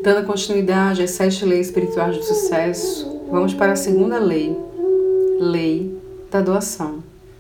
Dando continuidade às 7 leis espirituais do sucesso, vamos para a segunda lei, lei da doação,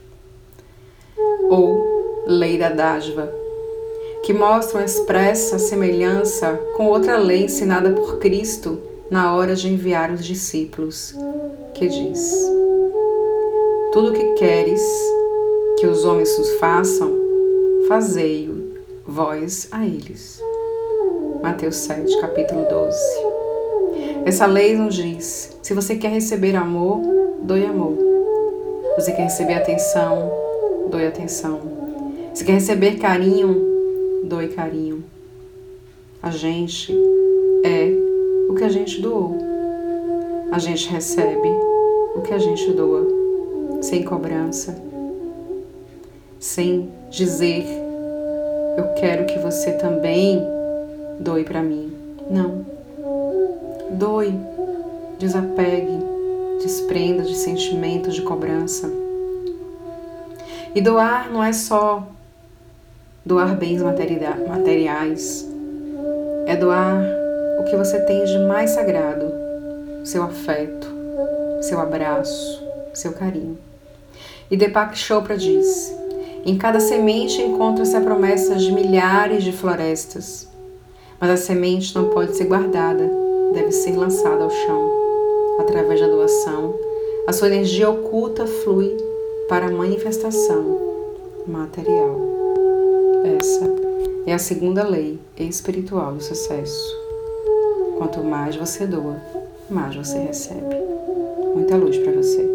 ou lei da dádiva, que mostra uma expressa semelhança com outra lei ensinada por Cristo na hora de enviar os discípulos, que diz: tudo o que queres que os homens os façam, fazei-o vós a eles. Mateus 7, capítulo 12. Essa lei nos diz: se você quer receber amor, doe amor. Se você quer receber atenção, doe atenção. Se quer receber carinho, doe carinho. A gente é o que a gente doou. A gente recebe o que a gente doa, sem cobrança, sem dizer: eu quero que você também doe para mim. Não. Doe, desapegue, desprenda de sentimentos de cobrança. E doar não é só doar bens materiais. É doar o que você tem de mais sagrado, seu afeto, seu abraço, seu carinho. E Deepak Chopra diz: em cada semente encontra-se a promessa de milhares de florestas, mas a semente não pode ser guardada, deve ser lançada ao chão. Através da doação, a sua energia oculta flui para a manifestação material. Essa é a segunda lei espiritual do sucesso. Quanto mais você doa, mais você recebe. Muita luz para você.